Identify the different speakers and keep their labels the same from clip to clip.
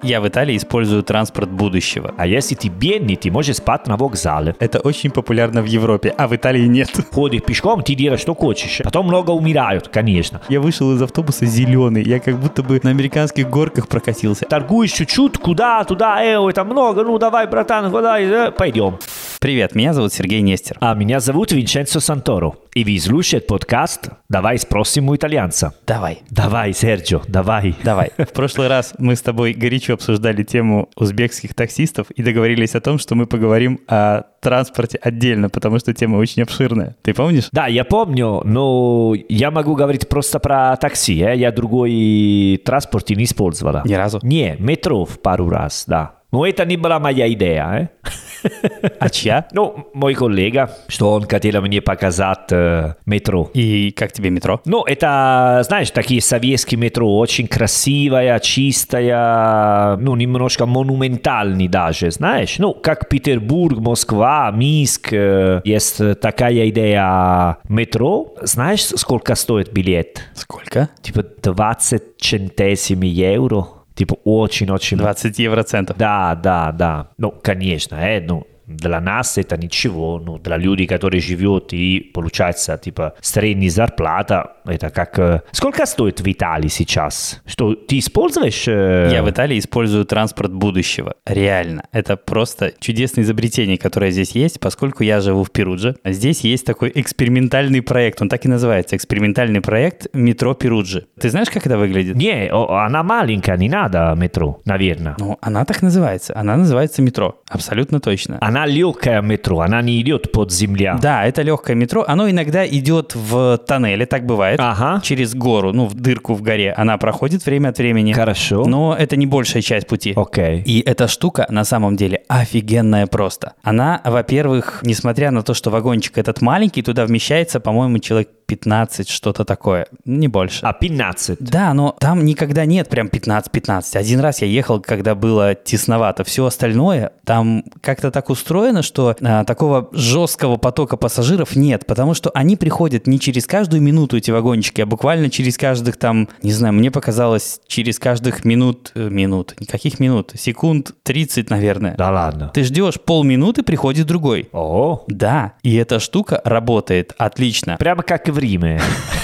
Speaker 1: Я в Италии использую транспорт будущего.
Speaker 2: А если ты бедный, ты можешь спать на вокзале.
Speaker 1: Это очень популярно в Европе, а в Италии нет.
Speaker 2: Ходишь пешком, ты делаешь, что хочешь. Потом много умирают, конечно.
Speaker 1: Я вышел из автобуса зеленый. Я как будто бы на американских горках прокатился.
Speaker 2: Торгуешь чуть-чуть, куда, туда, это много, ну давай, братан, куда, пойдем.
Speaker 1: Привет, меня зовут Сергей Нестер.
Speaker 2: А меня зовут Винченцо Санторо. И вы слушаете подкаст «Давай спросим у итальянца».
Speaker 1: Давай.
Speaker 2: Давай, Серджио, давай.
Speaker 1: Давай. В прошлый раз мы с тобой горячо обсуждали тему узбекских таксистов и договорились о том, что мы поговорим о транспорте отдельно, потому что тема очень обширная. Ты помнишь?
Speaker 2: Да, я помню, но я могу говорить просто про такси. Я другой транспорт не использовала.
Speaker 1: Ни разу?
Speaker 2: Не, метро в пару раз, да. Но это не была моя идея,
Speaker 1: А чья?
Speaker 2: Ну, мой коллега, что он хотел мне показать метро.
Speaker 1: И как тебе метро?
Speaker 2: Ну, это, знаешь, такие советские метро, очень красивая, чистая, ну, немножко монументальный даже, знаешь. Ну, как Петербург, Москва, Минск, есть такая идея метро. Знаешь, сколько стоит билет?
Speaker 1: Сколько?
Speaker 2: Типа 20 центесimi евро. Типа очень-очень...
Speaker 1: 20 евроцентов.
Speaker 2: Да. Ну, конечно, для нас это ничего, но для людей, которые живут и получается, типа, средняя зарплата, это как... Сколько стоит в Италии сейчас? Что, ты используешь...
Speaker 1: Я в Италии использую транспорт будущего. Реально. Это просто чудесное изобретение, которое здесь есть, поскольку я живу в Перудже. Здесь есть такой экспериментальный проект, он так и называется, экспериментальный проект метро Перуджи. Ты знаешь, как это выглядит?
Speaker 2: Не, она маленькая, не надо метро, наверное.
Speaker 1: Ну, она так называется. Она называется метро. Абсолютно точно.
Speaker 2: Она легкая метро, она не идет под землю.
Speaker 1: Да, это легкое метро. Оно иногда идет в тоннеле, так бывает.
Speaker 2: Ага.
Speaker 1: Через гору, ну, в дырку в горе. Она проходит время от времени.
Speaker 2: Хорошо.
Speaker 1: Но это не большая часть пути.
Speaker 2: Окей.
Speaker 1: И эта штука на самом деле офигенная просто. Она, во-первых, несмотря на то, что вагончик этот маленький, туда вмещается, по-моему, человек 15, что-то такое. Не больше.
Speaker 2: А 15?
Speaker 1: Да, но там никогда нет прям 15-15. Один раз я ехал, когда было тесновато. Все остальное там как-то так устроено, что такого жесткого потока пассажиров нет, потому что они приходят не через каждую минуту, эти вагончики, а буквально через каждых там, не знаю, мне показалось, через каждых никаких минут, секунд 30, наверное.
Speaker 2: Да ладно.
Speaker 1: Ты ждешь полминуты, приходит другой.
Speaker 2: О.
Speaker 1: Да, и эта штука работает отлично.
Speaker 2: Прямо как в Риме.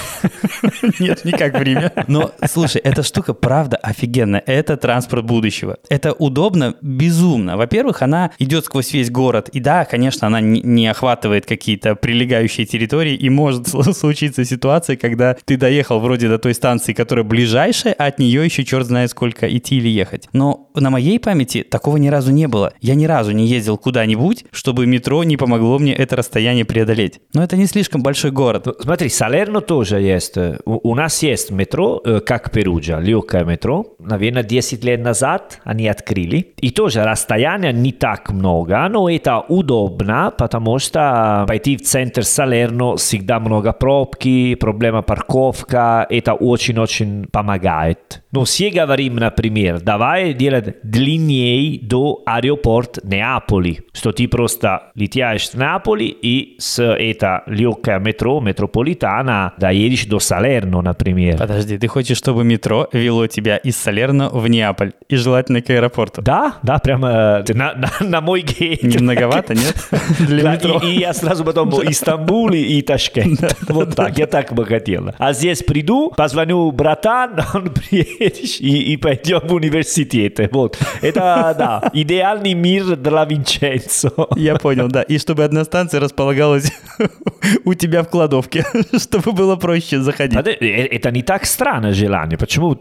Speaker 1: Нет, не как в Риме. Но, слушай, эта штука правда офигенная. Это транспорт будущего. Это удобно безумно. Во-первых, она идет сквозь весь город. И да, конечно, она не охватывает какие-то прилегающие территории. И может случиться ситуация, когда ты доехал вроде до той станции, которая ближайшая, а от нее еще черт знает сколько идти или ехать. Но на моей памяти такого ни разу не было. Я ни разу не ездил куда-нибудь, чтобы метро не помогло мне это расстояние преодолеть. Но это не слишком большой город.
Speaker 2: Смотри, Салерно тоже есть. У нас есть метро, как Перуджа, легкое метро. Наверное, 10 лет назад они открыли. И тоже расстояние не так много, но это удобно, потому что пойти в центр Салерно всегда много пробки, проблема парковка. Это очень-очень помогает. Но все говорим, например, давай делать длиннее до аэропорта Неаполи, что ты просто летаешь в Неаполи и с это легкое метро, метрополитана, доедешь до Салерно, например.
Speaker 1: Подожди, ты хочешь, чтобы метро вело тебя из Салерно в Неаполь и желательно к аэропорту?
Speaker 2: Да, прямо на мой гейт.
Speaker 1: Не многовато, нет? Для метро.
Speaker 2: И я сразу потом в Истамбуле и Ташкент. Вот так, я так бы хотел. А здесь приду, позвоню братан, он приедешь и пойдем в университет. Вот. Это, да, идеальный мир для Винченцо.
Speaker 1: Я понял, да. И чтобы одна станция располагалась у тебя в кладовке, чтобы было проще заходить.
Speaker 2: Это не так странно желание. Почему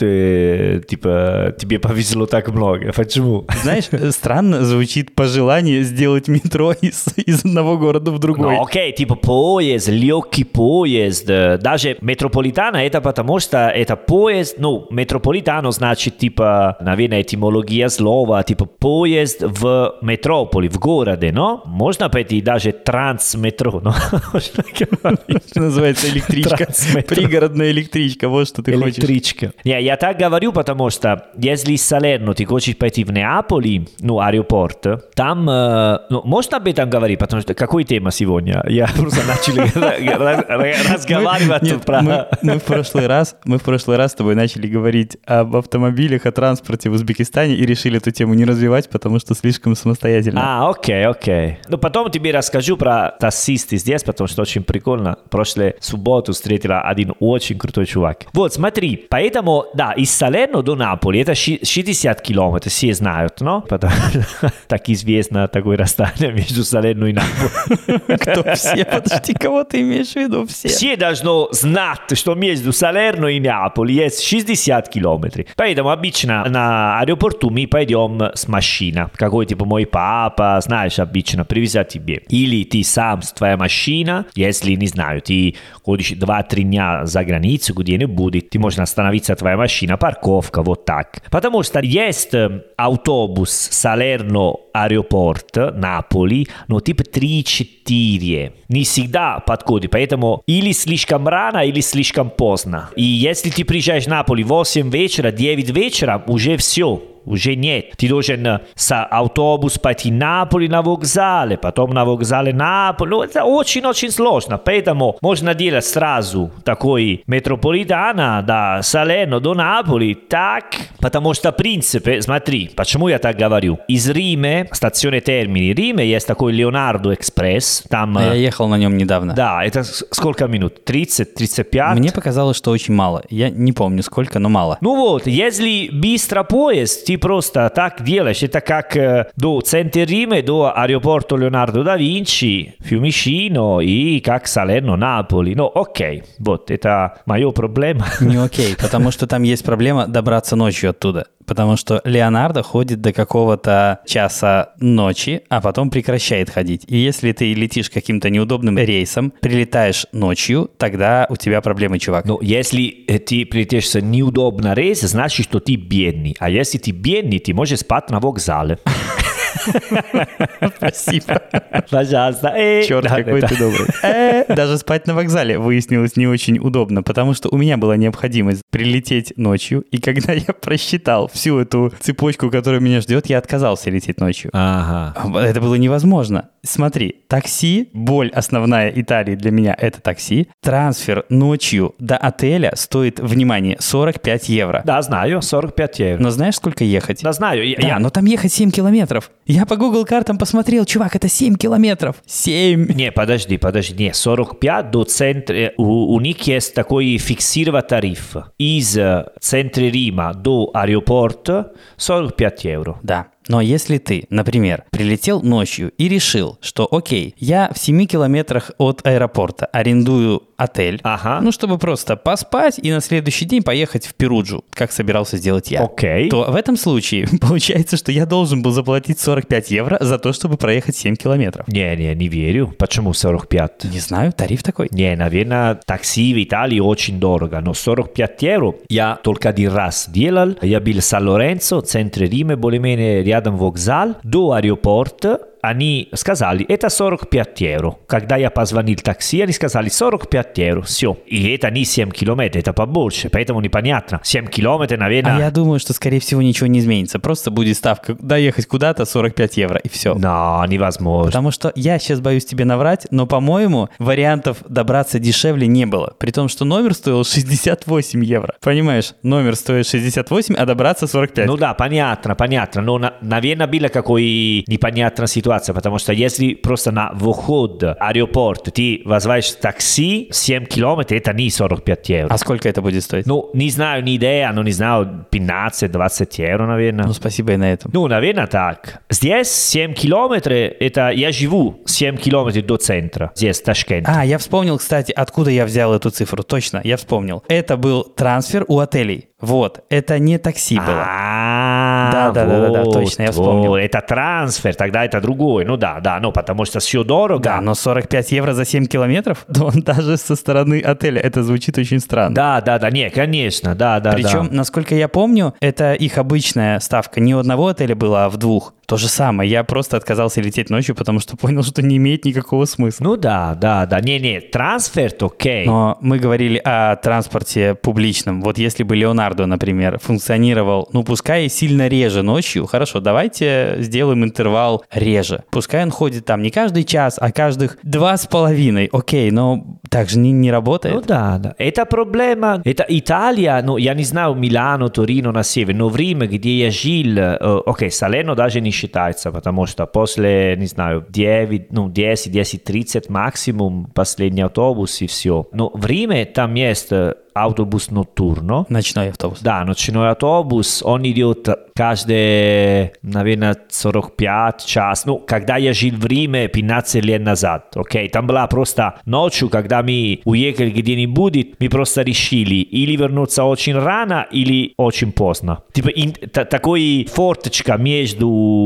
Speaker 2: тебе повезло так много? Почему?
Speaker 1: Знаешь, странно звучит пожелание сделать метро из одного города в другой.
Speaker 2: Ну, окей, типа поезд, легкий поезд. Даже метрополитана это потому, что это поезд, ну, метрополитано значит, типа, наверное, этимология слова, типа поезд в метрополи, в городе, но? Можно пойти даже трансметро, но?
Speaker 1: Называется электричка. Пригородная электричка, вот что ты хочешь.
Speaker 2: Электричка. Я так говорю, потому что если из Салерно ты хочешь пойти в Неаполи, ну, аэропорт, там, можно об этом говорить, потому что какой тема сегодня? Я просто начал разговаривать про...
Speaker 1: Мы в прошлый раз с тобой начали говорить об автомобилях, о транспорте в Узбекистане и решили эту тему не развивать, потому что слишком самостоятельно.
Speaker 2: Окей. Ну, потом тебе расскажу про таксисты здесь, потому что очень прикольно. Прошлую субботу встретила один очень крутой чувак. Вот, смотри, поэтому, да, из Салерно до Наполи это 60 километров, все знают, но? Потому что так известно такое расстояние между Салерно и Наполи.
Speaker 1: Кто все? Подожди, кого ты имеешь в виду?
Speaker 2: Все должны знать, что между Салерно и Неаполи есть 60 километров. Поэтому обычно на аэропорту мы пойдем с машиной. Какой типа мой папа, знаешь, обычно привезет тебе. Или ты сам с твоей машиной, если, не знаю, ты ходишь 2-3 дня за границу где-нибудь, ты можешь остановиться твоя машина, парковка, вот так. Потому что есть автобус Салерно-аэропорт, Наполи, но типа 3-4. Не всегда подходит, поэтому или слишком рано, или слишком поздно. И если ты приезжаешь в Наполи в 8 вечера, 9 вечера, уже все. Уже нет. Ты должен с автобус пойти в Наполи на вокзале, потом на вокзале Наполи. Ну, это очень-очень сложно. Поэтому можно делать сразу такой метрополитана до Салерно, до Наполи. Так, потому что, в принципе, смотри, почему я так говорю. Из Рима, стационе Термини, Риме есть такой Леонардо Экспресс. Там,
Speaker 1: я ехал на нем недавно.
Speaker 2: Да, это сколько минут? 30-35?
Speaker 1: Мне показалось, что очень мало. Я не помню сколько, но мало.
Speaker 2: Ну вот, если быстро поезд, ты просто так делаешь. Это как до центра Рима, до аэропорта Леонардо да Винчи, Fiumicino и как Салерно, Наполи. Ну, окей, вот, это моя проблема.
Speaker 1: Не окей, потому что там есть проблема добраться ночью оттуда. Потому что Леонардо ходит до какого-то часа ночи, а потом прекращает ходить. И если ты летишь каким-то неудобным рейсом, прилетаешь ночью, тогда у тебя проблемы, чувак.
Speaker 2: Ну, если ты прилетишь с неудобным рейсом, значит, что ты бедный. А если ты бедный, ты можешь спать на вокзале.
Speaker 1: Спасибо.
Speaker 2: Пожалуйста.
Speaker 1: Черт, какой ты добрый. Даже спать на вокзале выяснилось не очень удобно, потому что у меня была необходимость прилететь ночью, и когда я просчитал всю эту цепочку, которая меня ждет, я отказался лететь ночью.
Speaker 2: Ага.
Speaker 1: Это было невозможно. Смотри, такси, боль основная Италии для меня — это такси. Трансфер ночью до отеля стоит, внимание, 45 евро.
Speaker 2: Да, знаю, 45 евро.
Speaker 1: Но знаешь, сколько ехать?
Speaker 2: Да, знаю.
Speaker 1: Да, но там ехать 7 километров. Я по Google картам посмотрел, чувак, это 7 километров. 7.
Speaker 2: Не, подожди. Не, 45 до центра. У них есть такой фиксированный тариф. Из центра Рима до аэропорта 45 евро.
Speaker 1: Да. Но если ты, например, прилетел ночью и решил, что окей, я в 7 километрах от аэропорта арендую отель, ну, чтобы просто поспать и на следующий день поехать в Перуджу, как собирался сделать я, то в этом случае получается, что я должен был заплатить 45 евро за то, чтобы проехать 7 километров.
Speaker 2: Не верю. Почему 45?
Speaker 1: Не знаю, тариф такой.
Speaker 2: Не, наверное, такси в Италии очень дорого, но 45 евро я только один раз делал. Я был в Сан-Лоренцо, в центре Рима, более-менее рядом вокзал, до аэропорта. Они сказали, это 45 евро. Когда я позвонил в такси, они сказали 45 евро. Все. И это не 7 километров, это побольше. Поэтому непонятно. 7 километров, наверное...
Speaker 1: А я думаю, что, скорее всего, ничего не изменится. Просто будет ставка доехать куда-то 45 евро, и все.
Speaker 2: Но невозможно.
Speaker 1: Потому что я сейчас боюсь тебе наврать, но, по-моему, вариантов добраться дешевле не было. При том, что номер стоил 68 евро. Понимаешь, номер стоит 68, а добраться 45.
Speaker 2: Ну да, понятно. Но, наверное, была какой непонятная ситуация. Потому что если просто на выход аэропорт ты вызываешь такси 7 километров, это не 45 евро.
Speaker 1: А сколько это будет стоить?
Speaker 2: Ну, не знаю, не идея, но не знаю, 15-20 евро, наверное.
Speaker 1: Ну, спасибо и на этом.
Speaker 2: Ну, наверное, так. Здесь 7 километров, это я живу 7 километров до центра, здесь, Ташкент.
Speaker 1: А, я вспомнил, кстати, откуда я взял эту цифру. Точно, я вспомнил. Это был трансфер у отелей. Вот, это не такси было. Да, точно, я вспомнил.
Speaker 2: Это трансфер, тогда это другой. Ну да, ну потому что все дорого.
Speaker 1: Да, но 45 евро за 7 километров, то даже со стороны отеля это звучит очень странно.
Speaker 2: Да, не, конечно, да.
Speaker 1: Причем, насколько я помню, это их обычная ставка. Не у одного отеля была, а в двух. То же самое. Я просто отказался лететь ночью, потому что понял, что не имеет никакого смысла.
Speaker 2: Ну да. Не, трансфер окей.
Speaker 1: Но мы говорили о транспорте публичном. Вот если бы Леонардо, например, функционировал, ну, пускай сильно реже ночью, хорошо, давайте сделаем интервал реже. Пускай он ходит там не каждый час, а каждых 2,5. Окей, но так же не работает.
Speaker 2: Ну да. Это проблема. Это Италия, ну, я не знаю, Милано, Торино на север, но в Риме, где я жил, окей, Салерно даже не считается, потому что после, не знаю, 10-30 максимум последний автобус и все. Но в Риме там есть автобус нотурно.
Speaker 1: Ночной автобус.
Speaker 2: Да, ночной автобус, он идет каждые, наверное, 45 час. Ну, когда я жил в Риме 15 лет назад, окей, там была просто ночью, когда мы уехали где-нибудь, мы просто решили или вернуться очень рано, или очень поздно. Типа, такой форточка между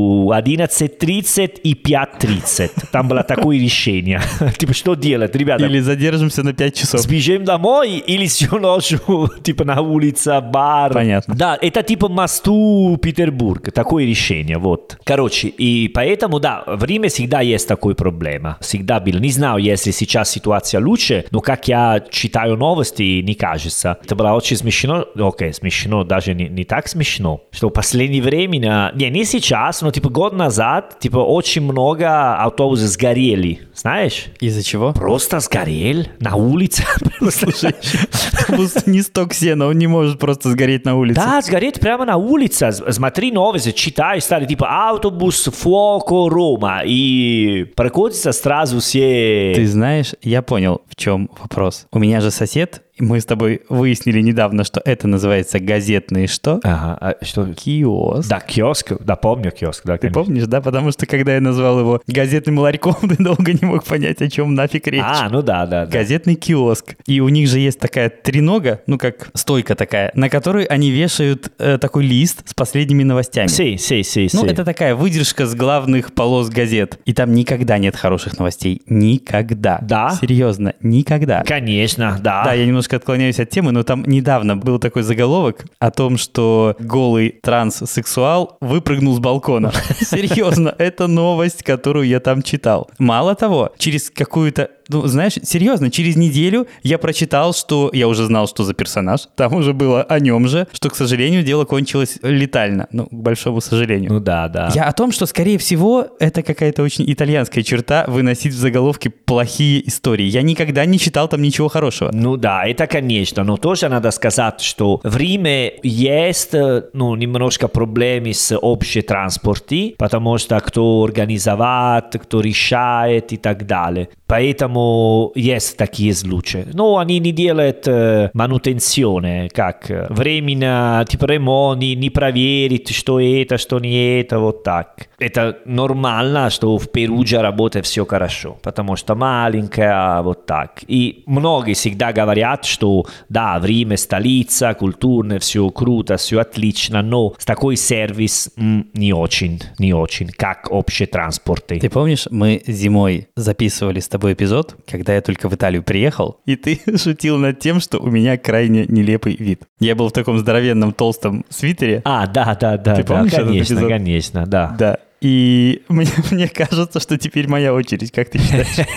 Speaker 2: 11:30 и 5:30. Там было такое решение. Типа, что делать, ребята?
Speaker 1: Или задержимся на 5 часов.
Speaker 2: Сбежим домой, или всю ночь, типа, на улице, бар.
Speaker 1: Понятно.
Speaker 2: Да, это типа мосту Петербург. Такое решение, вот. Короче, и поэтому, да, в Риме всегда есть такая проблема. Всегда было. Не знаю, если сейчас ситуация лучше, но как я читаю новости, не кажется. Это было очень смешно. Окей, смешно, даже не так смешно. Что в последнее время, не сейчас, но типа год назад, типа очень много автобусов сгорели. Знаешь?
Speaker 1: Из-за чего?
Speaker 2: Просто сгорел на улице.
Speaker 1: Слушай, автобус не сток сена, он не может просто сгореть на улице.
Speaker 2: Да, сгореть прямо на улице. Смотри новости, читай, стали типа автобус, фуоко, Рома. И проходятся сразу все...
Speaker 1: Ты знаешь, я понял, в чем вопрос. У меня же сосед, мы с тобой выяснили недавно, что это называется газетный что?
Speaker 2: Ага, а что?
Speaker 1: Киоск.
Speaker 2: Да, киоск. Да, помню киоск. Да,
Speaker 1: ты помнишь, да? Потому что когда я назвал его газетным ларьком, ты долго не мог понять, о чем нафиг речь.
Speaker 2: Ну да.
Speaker 1: Газетный киоск. И у них же есть такая тренога, ну как стойка такая, на которой они вешают такой лист с последними новостями. Ну, это такая выдержка с главных полос газет. И там никогда нет хороших новостей. Никогда.
Speaker 2: Да?
Speaker 1: Серьезно, никогда.
Speaker 2: Конечно, да.
Speaker 1: Да, я немножко отклоняюсь от темы, но там недавно был такой заголовок о том, что голый транссексуал выпрыгнул с балкона. Серьезно, это новость, которую я там читал. Мало того, через какую-то... Ну, знаешь, серьезно, через неделю я прочитал, что... Я уже знал, что за персонаж. Там уже было о нем же, что, к сожалению, дело кончилось летально. Ну, к большому сожалению.
Speaker 2: Ну да.
Speaker 1: Я о том, что, скорее всего, это какая-то очень итальянская черта выносить в заголовки плохие истории. Я никогда не читал там ничего хорошего.
Speaker 2: Ну да, это конечно. Но тоже надо сказать, что в Риме есть, немножко проблемы с общим транспортом, потому что кто организовать, кто решает и так далее. Поэтому есть такие случаи. Но они не делают манутенциone, как временно, типа ремонт, не проверить, что это, что не это, вот так. Это нормально, что в Перудже работает все хорошо, потому что маленькая, вот так. И многие всегда говорят, что да, в Риме столица, культурно, все круто, все отлично, но с такой сервис не очень, как общий транспорт.
Speaker 1: Ты помнишь, мы зимой записывали с тобой эпизод, когда я только в Италию приехал, и ты шутил над тем, что у меня крайне нелепый вид. Я был в таком здоровенном толстом свитере.
Speaker 2: Да.
Speaker 1: Ты помнишь этот эпизод?
Speaker 2: Конечно, да.
Speaker 1: Да. И мне кажется, что теперь моя очередь, как ты считаешь?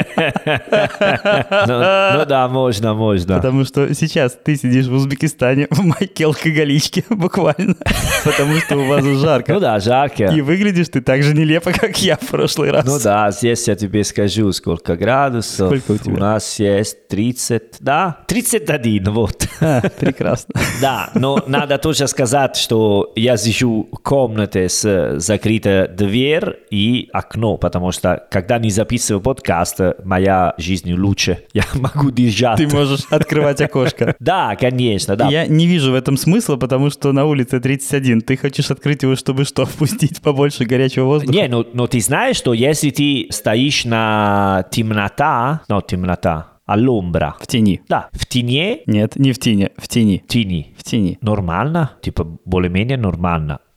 Speaker 2: Ну да, можно.
Speaker 1: Потому что сейчас ты сидишь в Узбекистане в майке алкоголичке, буквально, потому что у вас жарко.
Speaker 2: Ну да, жарко.
Speaker 1: И выглядишь ты так же нелепо, как я в прошлый раз.
Speaker 2: Ну да, здесь я тебе скажу, сколько градусов.
Speaker 1: Сколько у тебя?
Speaker 2: У нас есть 30, да, 31, вот.
Speaker 1: Прекрасно.
Speaker 2: Да, но надо тоже сказать, что я сижу в комнате с закрытой дверь и окно, потому что когда не записываю подкаст, моя жизнь лучше. Я могу держать.
Speaker 1: Ты можешь открывать окошко.
Speaker 2: Да, конечно, да.
Speaker 1: Я не вижу в этом смысла, потому что на улице 31. Ты хочешь открыть его, чтобы что, впустить побольше горячего воздуха?
Speaker 2: Не, но ты знаешь, что если ты стоишь на темнота, all'ombra.
Speaker 1: В тени.
Speaker 2: Да, в тени.
Speaker 1: Нет, не в тени, в тени.
Speaker 2: В тени.
Speaker 1: В тени.
Speaker 2: Нормально, типа более-менее нормально.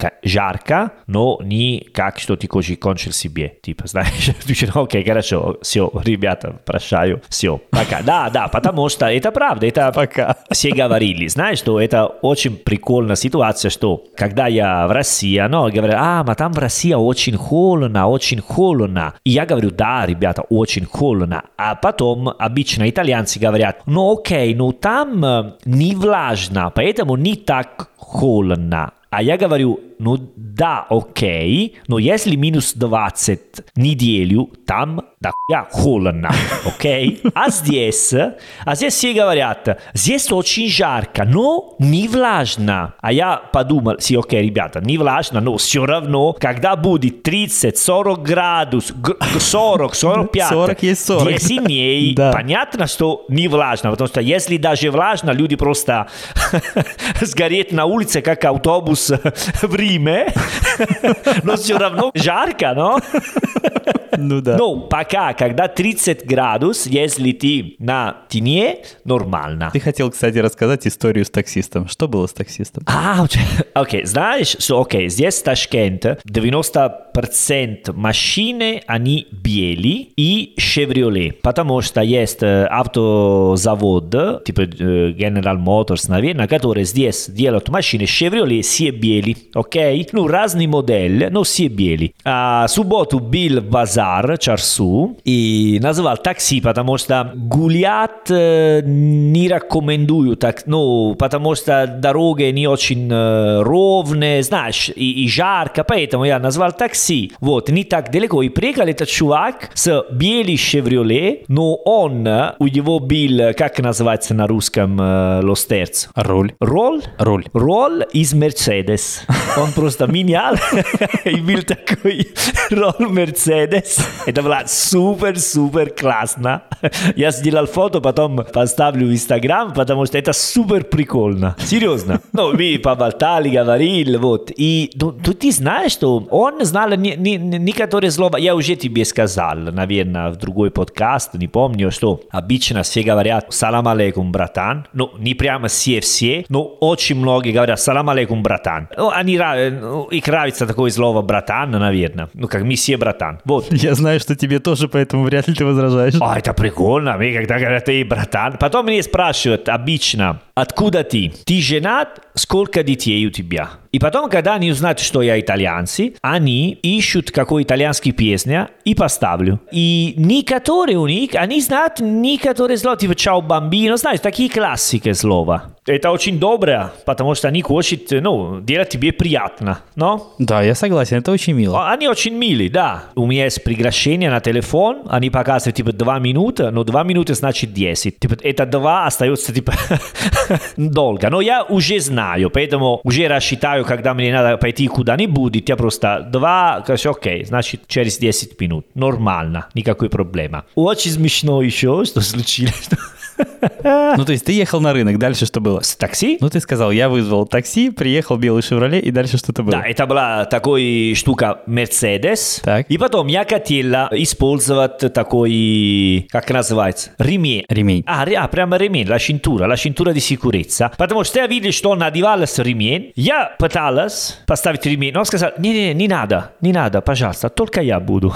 Speaker 2: жарко, но не как что ты кончил себе. Типа, знаешь, окей, хорошо, все, ребята, прощаю, все, пока. Да, потому что это правда, это
Speaker 1: Пока.
Speaker 2: все говорили. Знаешь, что это очень прикольная ситуация, что когда я в России, говорят, но там в России очень холодно. И я говорю, да, ребята, очень холодно. А потом обычно итальянцы говорят, окей, там не влажно, поэтому не так холодно. А я говорю, да, окей, но если минус 20 неделю, там дохуя холодно, окей? А здесь все говорят, здесь очень жарко, но не влажно. А я подумал, окей, ребята, не влажно, но все равно, когда будет 30, 40 градусов, 40, 45,
Speaker 1: 40 есть 40.
Speaker 2: 10 дней,
Speaker 1: Да.
Speaker 2: понятно, что не влажно, потому что если даже влажно, люди просто сгорят на улице, как автобус в Риме, но все равно жарко, но?
Speaker 1: Ну да.
Speaker 2: Но пока, когда 30 градусов, если ты на тени, нормально.
Speaker 1: Ты хотел, кстати, рассказать историю с таксистом. Что было с таксистом?
Speaker 2: Окей, знаешь, здесь в Ташкенте 90% машины, они белые и Chevrolet, потому что есть автозавод, типа General Motors, наверное, который здесь делают машины Chevrolet, все белые, окей? Разные модели, но все белые. В субботу был базар Чарсу и назвал такси, потому что гулять не рекомендую, потому что дороги не очень ровные, знаешь, и жарко, поэтому я назвал такси. Не так далеко. И приехал этот чувак с белым Chevrolet, но у него был, как называется на русском, лостерц?
Speaker 1: Руль.
Speaker 2: Ролл из Mercedes. Он просто менял и был такой ролл Mercedes. Это было супер классно. Я сделал фото, потом поставлю в Инстаграм, потому что это супер прикольно. Серьезно. Мы поболтали, говорили, И ты знаешь, что он знал некоторые слова. Я уже тебе сказал, наверное, в другой подкаст, не помню, что обычно все говорят «Салам алейкум, братан». Не прямо все, но очень многие говорят «Салам алейкум, братан». Их нравится такое слово «братан», наверное. Как мы все братан.
Speaker 1: Я знаю, что тебе тоже, поэтому вряд ли ты возражаешь.
Speaker 2: Это прикольно. Мне когда говорят «Эй, братан». Потом меня спрашивают обычно, откуда ты? Ты женат? Сколько детей у тебя? И потом, когда они узнают, что я итальянцы, они ищут какую итальянскую песню и поставлю. И некоторые у них, они знают некоторые слова, типа «Ciao bambino», знаешь, такие классики слова. Это очень добро, потому что они хотят, делать тебе приятно, но?
Speaker 1: Да, я согласен, это очень мило.
Speaker 2: Они очень милые, да. У меня есть приглашение на телефон, они показывают, 2 минуты, но 2 минуты значит 10. Это 2 остается, долго. Но я уже знаю, поэтому уже рассчитаю, когда мне надо пойти куда-нибудь, я просто 2, окей, значит, через 10 минут. Нормально, никакой проблемы. Очень смешно еще, что случилось.
Speaker 1: То есть ты ехал на рынок, дальше что было?
Speaker 2: С такси?
Speaker 1: Ты сказал, я вызвал такси, приехал белый «Шевроле», и дальше что-то было.
Speaker 2: Да, это была такая штука Mercedes.
Speaker 1: Так.
Speaker 2: И потом я хотел использовать такой, как называется, ремень.
Speaker 1: Ремень.
Speaker 2: Прямо ремень, la cintura di sicurezza. Потому что я видел, что он надевался ремень. Я пыталась поставить ремень, но он сказал, не надо, пожалуйста, только я буду.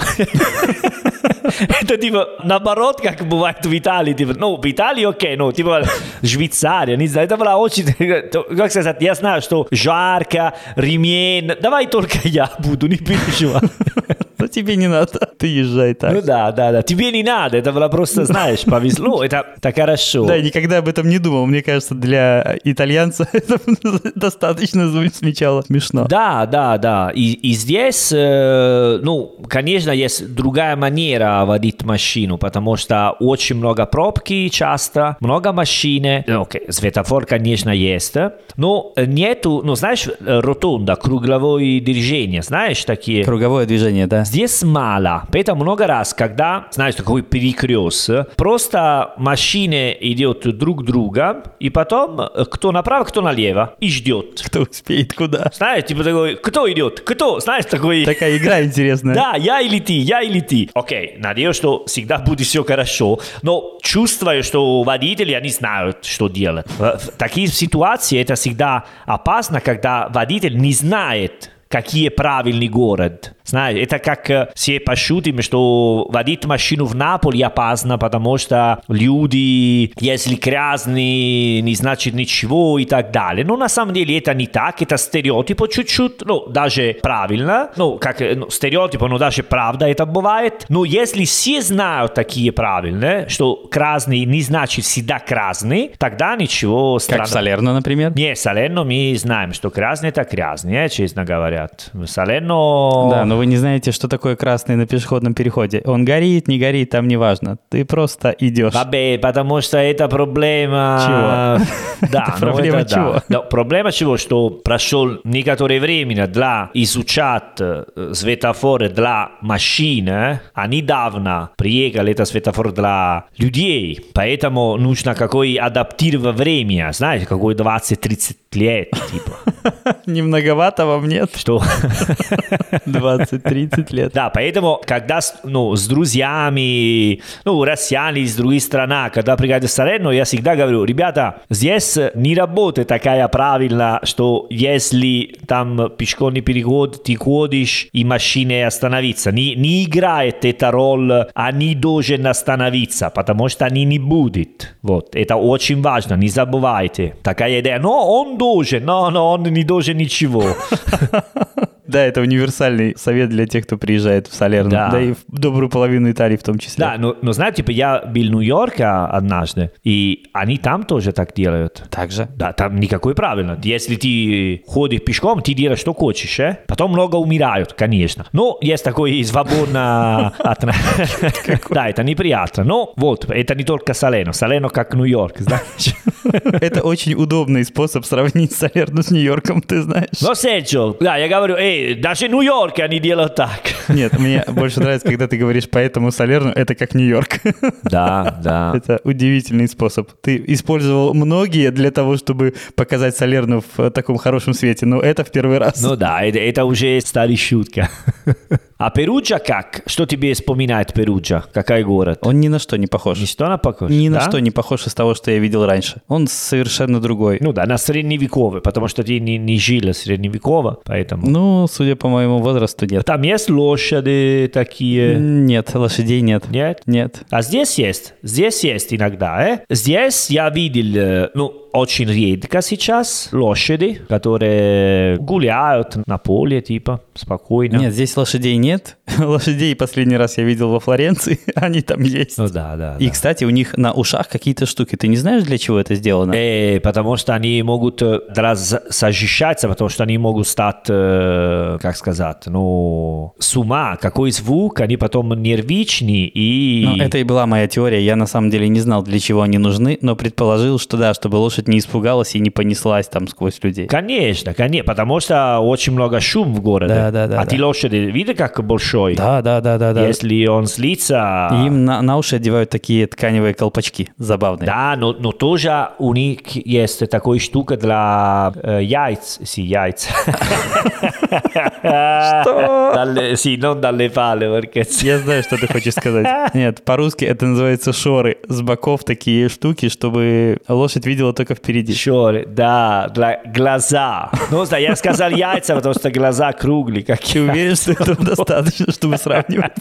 Speaker 2: Это наоборот, как бывает в Италии. В Италии окей, Швейцария, не знаю, это было очень... Как сказать, я знаю, что жарко, ремень, давай только я буду, не переживай.
Speaker 1: Тебе не надо, ты езжай так.
Speaker 2: Да, тебе не надо, это было просто, знаешь, повезло, это так хорошо.
Speaker 1: Да, я никогда об этом не думал, мне кажется, для итальянца это достаточно звучало смешно.
Speaker 2: Да, и здесь, конечно, есть другая манера водить машину, потому что очень много пробки часто, много машин, светофор, конечно, есть, но нету, знаешь, ротонда, круговое движение, знаешь, такие...
Speaker 1: Круговое движение, да.
Speaker 2: Здесь мало, поэтому много раз, когда, знаешь, такой перекрест, просто машины идут друг друга, и потом кто направо, кто налево, и ждет.
Speaker 1: Кто успеет куда.
Speaker 2: Знаешь, такой, кто идет, знаешь, такой...
Speaker 1: Такая игра интересная.
Speaker 2: Да, я или ты. Окей, надеюсь, что всегда будет все хорошо, но чувствую, что водители, они знают, что делать. В таких ситуациях это всегда опасно, когда водитель не знает, какие правильный город. Знаешь, это как все пошутим, что водить машину в Наполе опасно, потому что люди, если грязные, не значит ничего и так далее. Но на самом деле это не так, это стереотип чуть-чуть, ну, даже правильно, ну, как стереотип, но даже правда это бывает. Но если все знают такие правильные, что красный не значит всегда красный, тогда ничего странного.
Speaker 1: Как в Салерно, например?
Speaker 2: Не, Салерно мы знаем, что красный это красный, честно говорят. Салерно...
Speaker 1: Да, но вы не знаете, что такое красный на пешеходном переходе. Он горит, не горит, там не важно. Ты просто идешь.
Speaker 2: Vabbè, потому что это проблема...
Speaker 1: Чего?
Speaker 2: Да,
Speaker 1: проблема чего?
Speaker 2: Да, проблема чего, что прошел некоторое время для изучать светофоры для машин, а недавно приехал это светофор для людей. Поэтому нужно какое адаптировать время, знаете, какое 20-30 лет, типа.
Speaker 1: Не многовато вам нет?
Speaker 2: Что?
Speaker 1: 20-30 лет.
Speaker 2: Да, поэтому, когда с друзьями, россияне из других стран, когда приходят в Салерно, я всегда говорю, ребята, здесь не работает такая правильно, что если там пешеходный переход, ты ходишь и машина остановится. Не играет эта роль, они должны остановиться, потому что они не будут. Вот, это очень важно, не забывайте. Такая идея, но он должен, но он не должен ничего.
Speaker 1: Да, это универсальный совет для тех, кто приезжает в Салерно. Да и в добрую половину Италии в том числе.
Speaker 2: Да, но знаете, типа я был в Нью-Йорке однажды, и они там тоже так делают.
Speaker 1: Так же?
Speaker 2: Да, там никакой правильно. Если ты ходишь пешком, ты делаешь, что хочешь, Потом много умирают, конечно. Но есть такое свободно... Да, это неприятно. Но вот, это не только Салерно. Салерно как Нью-Йорк, знаешь.
Speaker 1: Это очень удобный способ сравнить Салерно с Нью-Йорком, ты знаешь.
Speaker 2: Но, Серджио, да, я говорю, даже в Нью-Йорке они делают так.
Speaker 1: Нет, мне больше нравится, когда ты говоришь поэтому Салерно, это как Нью-Йорк.
Speaker 2: Да.
Speaker 1: Это удивительный способ. Ты использовал многие для того, чтобы показать Салерно в таком хорошем свете, но это в первый раз.
Speaker 2: Ну да, это уже старая шутка. А Перуджа как? Что тебе вспоминает Перуджа? Какой город?
Speaker 1: Он ни на что не похож.
Speaker 2: Ни что не похож?
Speaker 1: Ни на что не похож из того, что я видел раньше. Он совершенно другой.
Speaker 2: Ну да, на средневековый, потому что ты не жил средневеково, поэтому...
Speaker 1: Ну, судя по моему возрасту, нет.
Speaker 2: Там есть лошади такие?
Speaker 1: Нет, лошадей нет.
Speaker 2: Нет?
Speaker 1: Нет.
Speaker 2: А здесь есть иногда, Здесь я видел, очень редко сейчас лошади, которые гуляют на поле, типа, спокойно.
Speaker 1: Нет, здесь лошадей нет. Лошадей последний раз я видел во Флоренции, они там есть.
Speaker 2: Ну да.
Speaker 1: И, кстати, у них на ушах какие-то штуки. Ты не знаешь, для чего это сделано?
Speaker 2: Потому что они могут защищаться, потому что они могут стать, как сказать, с ума. Какой звук, они потом нервичны и...
Speaker 1: Ну, это и была моя теория. Я на самом деле не знал, для чего они нужны, но предположил, что да, чтобы лошадь не испугалась и не понеслась там сквозь людей.
Speaker 2: Конечно, потому что очень много шума в городе.
Speaker 1: Да.
Speaker 2: А ты лошади видишь, как большой?
Speaker 1: Да.
Speaker 2: Если он слится...
Speaker 1: Им на уши одевают такие тканевые колпачки забавные.
Speaker 2: Да, но тоже у них есть такая штука для яиц.
Speaker 1: Что?
Speaker 2: Non dalle palle, perché...
Speaker 1: Я знаю, что ты хочешь сказать. Нет, по-русски это называется шоры. С боков такие штуки, чтобы лошадь видела только впереди.
Speaker 2: Шоры, да, для глаза. Ну, да, я сказал яйца, потому что глаза круглые.
Speaker 1: Ты уверен, что этого достаточно, чтобы сравнивать?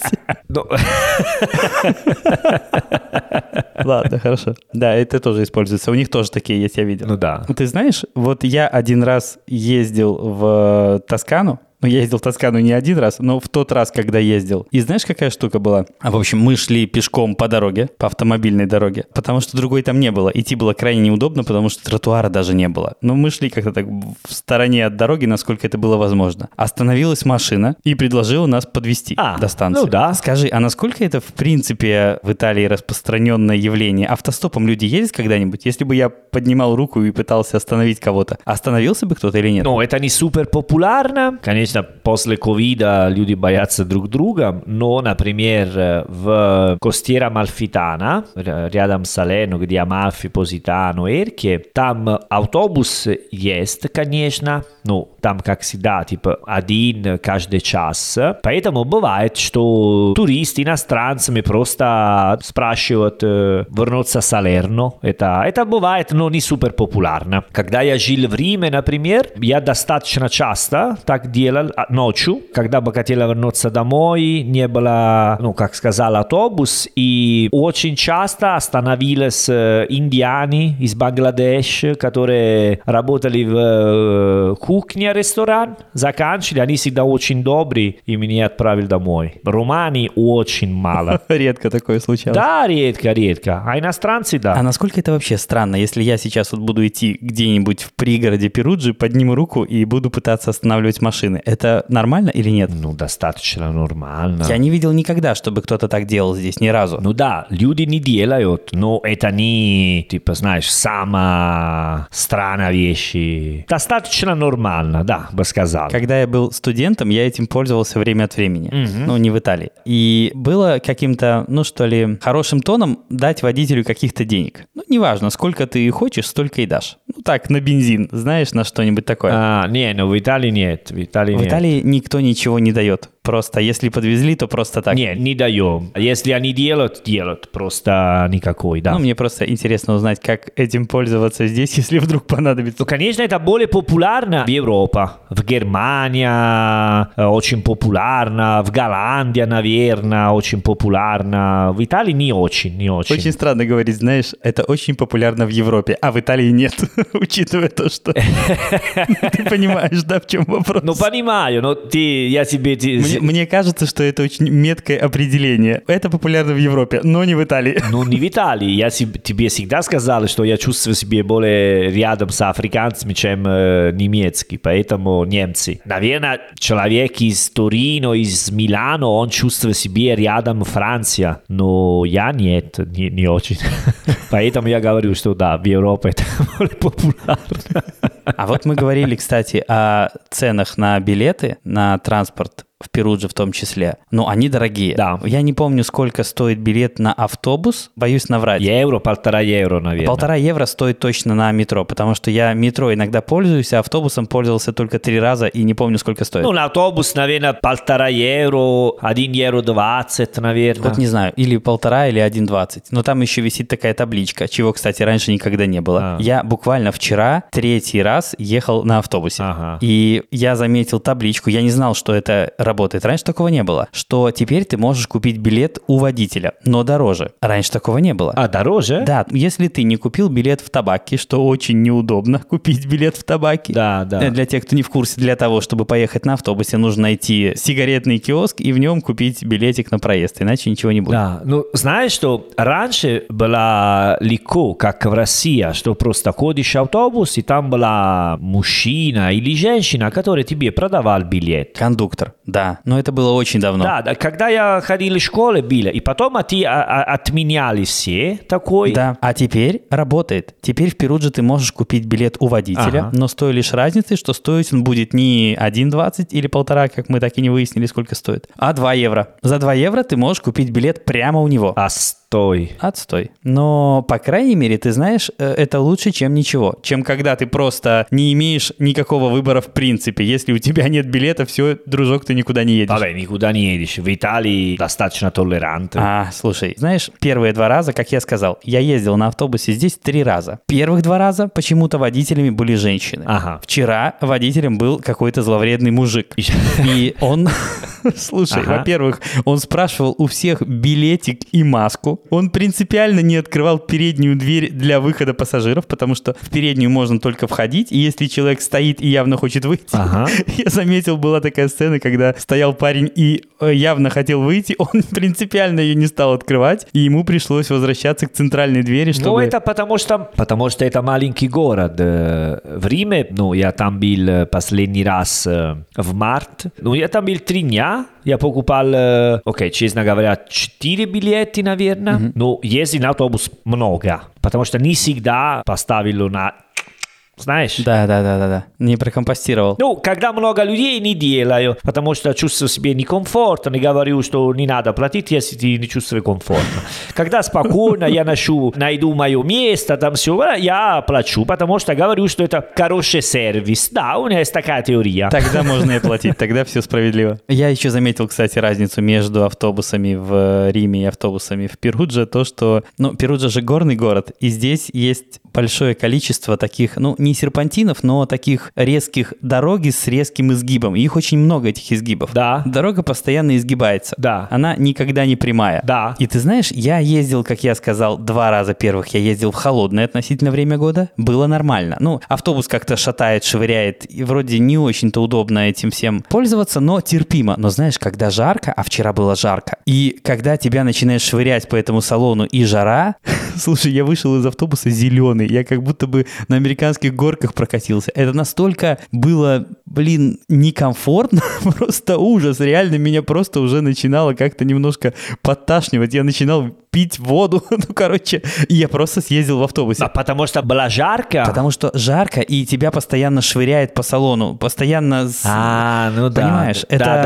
Speaker 1: Ладно, хорошо. Да, это тоже используется. У них тоже такие есть, я видел.
Speaker 2: Ну да.
Speaker 1: Ты знаешь, вот я один раз ездил в Тоскану. Ну, я ездил в Тоскану не один раз, но в тот раз, когда ездил. И знаешь, какая штука была? В общем, мы шли пешком по дороге, по автомобильной дороге, потому что другой там не было. Идти было крайне неудобно, потому что тротуара даже не было. Но мы шли как-то так в стороне от дороги, насколько это было возможно. Остановилась машина и предложила нас подвезти до станции.
Speaker 2: Ну да.
Speaker 1: Скажи, а насколько это, в принципе, в Италии распространенное явление? Автостопом люди ездят когда-нибудь? Если бы я поднимал руку и пытался остановить кого-то, остановился бы кто-то или нет?
Speaker 2: Ну, это не супер популярно. Конечно, после ковида люди боятся друг друга, но, например, в Costiera Amalfitana, рядом с Салерно, где Амальфи, Поситано, Эрке, там автобус есть, конечно, ну, там, как всегда, типа, один каждый час. Поэтому бывает, что туристы, иностранцами просто спрашивают вернуться в Салерно. Это бывает, но не супер популярно. Когда я жил в Риме, например, я достаточно часто так делал, делал ночью, когда бы хотела вернуться домой, не было, как сказал, автобус, и очень часто остановились индиане из Бангладеш, которые работали в кухне ресторан, заканчивали, они всегда очень добрые, и меня отправили домой. Румыний очень мало.
Speaker 1: Редко такое случалось.
Speaker 2: Да, редко. А иностранцы, да.
Speaker 1: А насколько это вообще странно, если я сейчас вот буду идти где-нибудь в пригороде Перуджи, подниму руку и буду пытаться останавливать машины. Это нормально или нет?
Speaker 2: Достаточно нормально.
Speaker 1: Я не видел никогда, чтобы кто-то так делал здесь, ни разу.
Speaker 2: Да, люди не делают, но это не, знаешь, самая странная вещь. Достаточно нормально, да, бы сказал.
Speaker 1: Когда я был студентом, я этим пользовался время от времени. Не в Италии. И было каким-то, хорошим тоном дать водителю каких-то денег. Неважно, сколько ты хочешь, столько и дашь. Так, на бензин, знаешь, на что-нибудь такое.
Speaker 2: В Италии нет. В
Speaker 1: Италии никто ничего не дает. Просто, если подвезли, то просто так.
Speaker 2: Не даем. Если они делают. Просто никакой, да.
Speaker 1: Мне просто интересно узнать, как этим пользоваться здесь, если вдруг понадобится.
Speaker 2: Конечно, это более популярно в Европе. В Германии очень популярно. В Голландии, наверное, очень популярно. В Италии не очень.
Speaker 1: Очень странно говорить, знаешь, это очень популярно в Европе, а в Италии нет, учитывая то, что... Ты понимаешь, да, в чем вопрос?
Speaker 2: Понимаю, но я тебе...
Speaker 1: Мне кажется, что это очень меткое определение. Это популярно в Европе, но не в Италии.
Speaker 2: Не в Италии. Я тебе всегда сказал, что я чувствую себя более рядом с африканцами, чем немецкий, поэтому немцы. Наверное, человек из Торино, из Милана, он чувствует себя рядом Франция, но я нет, не очень. Поэтому я говорю, что да, в Европе это более популярно.
Speaker 1: А вот мы говорили, кстати, о ценах на билеты, на транспорт в Перудже в том числе. Они дорогие.
Speaker 2: Да.
Speaker 1: Я не помню, сколько стоит билет на автобус, боюсь наврать.
Speaker 2: €1,5 евро, наверное.
Speaker 1: 1,5 евро стоит точно на метро, потому что я метро иногда пользуюсь, а автобусом пользовался только 3 раза и не помню, сколько стоит.
Speaker 2: На автобус, наверное, 1,5 евро, 1,20 €, наверное.
Speaker 1: Вот не знаю, или 1,5, или 1,20. Но там еще висит такая табличка, чего, кстати, раньше никогда не было. Я буквально вчера 3-й раз ехал на автобусе. И я заметил табличку, я не знал, что это работает. Раньше такого не было. Что теперь ты можешь купить билет у водителя, но дороже. Раньше такого не было.
Speaker 2: Дороже?
Speaker 1: Да, если ты не купил билет в табаке, что очень неудобно купить билет в табаке.
Speaker 2: Да.
Speaker 1: Для тех, кто не в курсе, для того, чтобы поехать на автобусе, нужно найти сигаретный киоск и в нем купить билетик на проезд, иначе ничего не будет.
Speaker 2: Да, знаешь, что раньше было легко, как в России, что просто ходишь в автобус, и там была мужчина или женщина, который тебе продавал билет.
Speaker 1: Кондуктор, да, но это было очень давно.
Speaker 2: Да, когда я ходил в школе, было, и потом отменяли все такой.
Speaker 1: Да, а теперь работает. Теперь в Перудже ты можешь купить билет у водителя, но с той лишь разницей, что стоить он будет не 1,20 или 1,5, как мы так и не выяснили, сколько стоит, а 2 евро. За 2 евро ты можешь купить билет прямо у него. Отстой. Но, по крайней мере, ты знаешь, это лучше, чем ничего. Чем когда ты просто не имеешь никакого выбора в принципе. Если у тебя нет билета, все, дружок, ты никуда не едешь.
Speaker 2: Никуда не едешь. В Италии достаточно толерантно.
Speaker 1: Слушай, знаешь, первые 2 раза, как я сказал, я ездил на автобусе здесь 3 раза. Первых 2 раза почему-то водителями были женщины. Вчера водителем был какой-то зловредный мужик. И он... Слушай, во-первых, он спрашивал у всех билетик и маску. Он принципиально не открывал переднюю дверь для выхода пассажиров, потому что в переднюю можно только входить, и если человек стоит и явно хочет выйти... Я заметил, была такая сцена, когда стоял парень и явно хотел выйти, он принципиально ее не стал открывать, и ему пришлось возвращаться к центральной двери, чтобы...
Speaker 2: это потому что это маленький город. В Риме, я там был последний раз в марте, я там был 3 дня, я покупал, честно говоря, 4 билета, наверное. Но ездил на автобус много, потому что не всегда поставил на... Знаешь?
Speaker 1: Да. Не прокомпостировал.
Speaker 2: Когда много людей, не делаю, потому что чувствую себя некомфортно, не говорю, что не надо платить, если ты не чувствуешь комфортно. Когда спокойно я найду мое место, там все, я плачу, потому что говорю, что это хороший сервис. Да, у меня есть такая теория.
Speaker 1: Тогда можно и платить, тогда все справедливо. Я еще заметил, кстати, разницу между автобусами в Риме и автобусами в Перудже, то, что, Перудже же горный город, и здесь есть большое количество таких, не не серпантинов, но таких резких дороги с резким изгибом. Их очень много, этих изгибов.
Speaker 2: Да.
Speaker 1: Дорога постоянно изгибается.
Speaker 2: Да.
Speaker 1: Она никогда не прямая.
Speaker 2: Да.
Speaker 1: И ты знаешь, я ездил, как я сказал, 2 раза первых. Я ездил в холодное относительно время года. Было нормально. Ну, автобус как-то шатает, швыряет. И вроде не очень-то удобно этим всем пользоваться, но терпимо. Но знаешь, когда жарко, а вчера было жарко, и когда тебя начинает швырять по этому салону и жара, слушай, я вышел из автобуса зеленый. Я как будто бы на американских горках прокатился. Это настолько было, некомфортно, просто ужас. Реально меня просто уже начинало как-то немножко подташнивать. Я начинал пить воду. И я просто съездил в автобусе.
Speaker 2: А потому что было жарко?
Speaker 1: Потому что жарко, и тебя постоянно швыряет по салону. Постоянно...
Speaker 2: ну да.
Speaker 1: Понимаешь?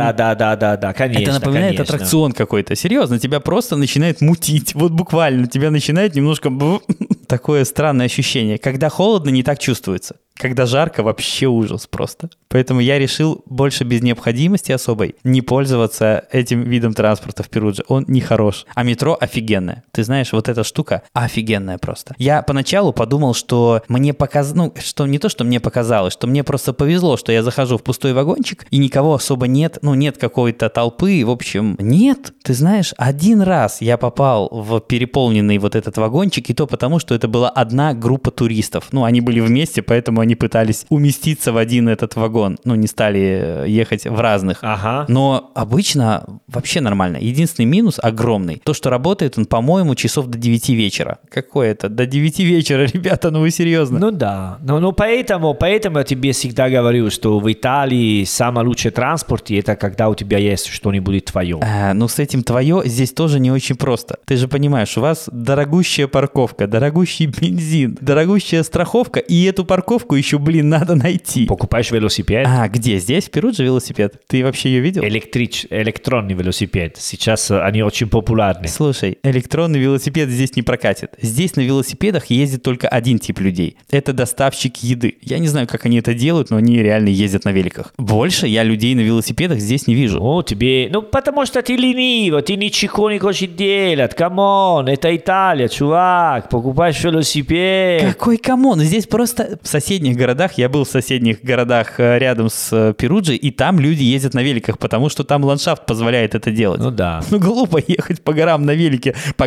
Speaker 2: Да, конечно.
Speaker 1: Это напоминает аттракцион какой-то. Серьезно, тебя просто начинает мутить. Вот буквально. Тебя начинает немножко... Такое странное ощущение. Когда холодно, не так чувствуется. Когда жарко, вообще ужас просто. Поэтому я решил больше без необходимости особой не пользоваться этим видом транспорта в Перудже. Он нехорош. А метро офигенное. Ты знаешь, вот эта штука офигенная просто. Я поначалу подумал, что мне показалось... что не то, что мне показалось, что мне просто повезло, что я захожу в пустой вагончик, и никого особо нет. Нет какой-то толпы. В общем, нет. Ты знаешь, один раз я попал в переполненный вот этот вагончик, и то потому, что это была одна группа туристов. Они были вместе, поэтому они пытались уместиться в один этот вагон. Не стали ехать в разных.
Speaker 2: Ага.
Speaker 1: Но обычно вообще нормально. Единственный минус огромный. То, что работает он, по-моему, часов до 9 вечера. Какое это? До 9 вечера, ребята, вы серьезно?
Speaker 2: Да. Поэтому я тебе всегда говорю, что в Италии самый лучший транспорт, это когда у тебя есть что-нибудь твое.
Speaker 1: С этим твое здесь тоже не очень просто. Ты же понимаешь, у вас дорогущая парковка, дорогущий бензин, дорогущая страховка, и эту парковку еще, надо найти.
Speaker 2: Покупаешь велосипед.
Speaker 1: Где? Здесь, в Перудже, велосипед? Ты вообще ее видел?
Speaker 2: Электронный велосипед. Сейчас они очень популярны.
Speaker 1: Слушай, электронный велосипед здесь не прокатит. Здесь на велосипедах ездит только один тип людей. Это доставщик еды. Я не знаю, как они это делают, но они реально ездят на великах. Больше я людей на велосипедах здесь не вижу.
Speaker 2: Потому что ты ленивый, ты ничего не хочешь делать. Камон, это Италия, чувак. Покупаешь велосипед.
Speaker 1: Какой камон? Здесь просто в соседних городах, я был в соседних городах рядом с Перуджей, и там люди ездят на великах, потому что там ландшафт позволяет это делать. Глупо ехать по горам на велике. По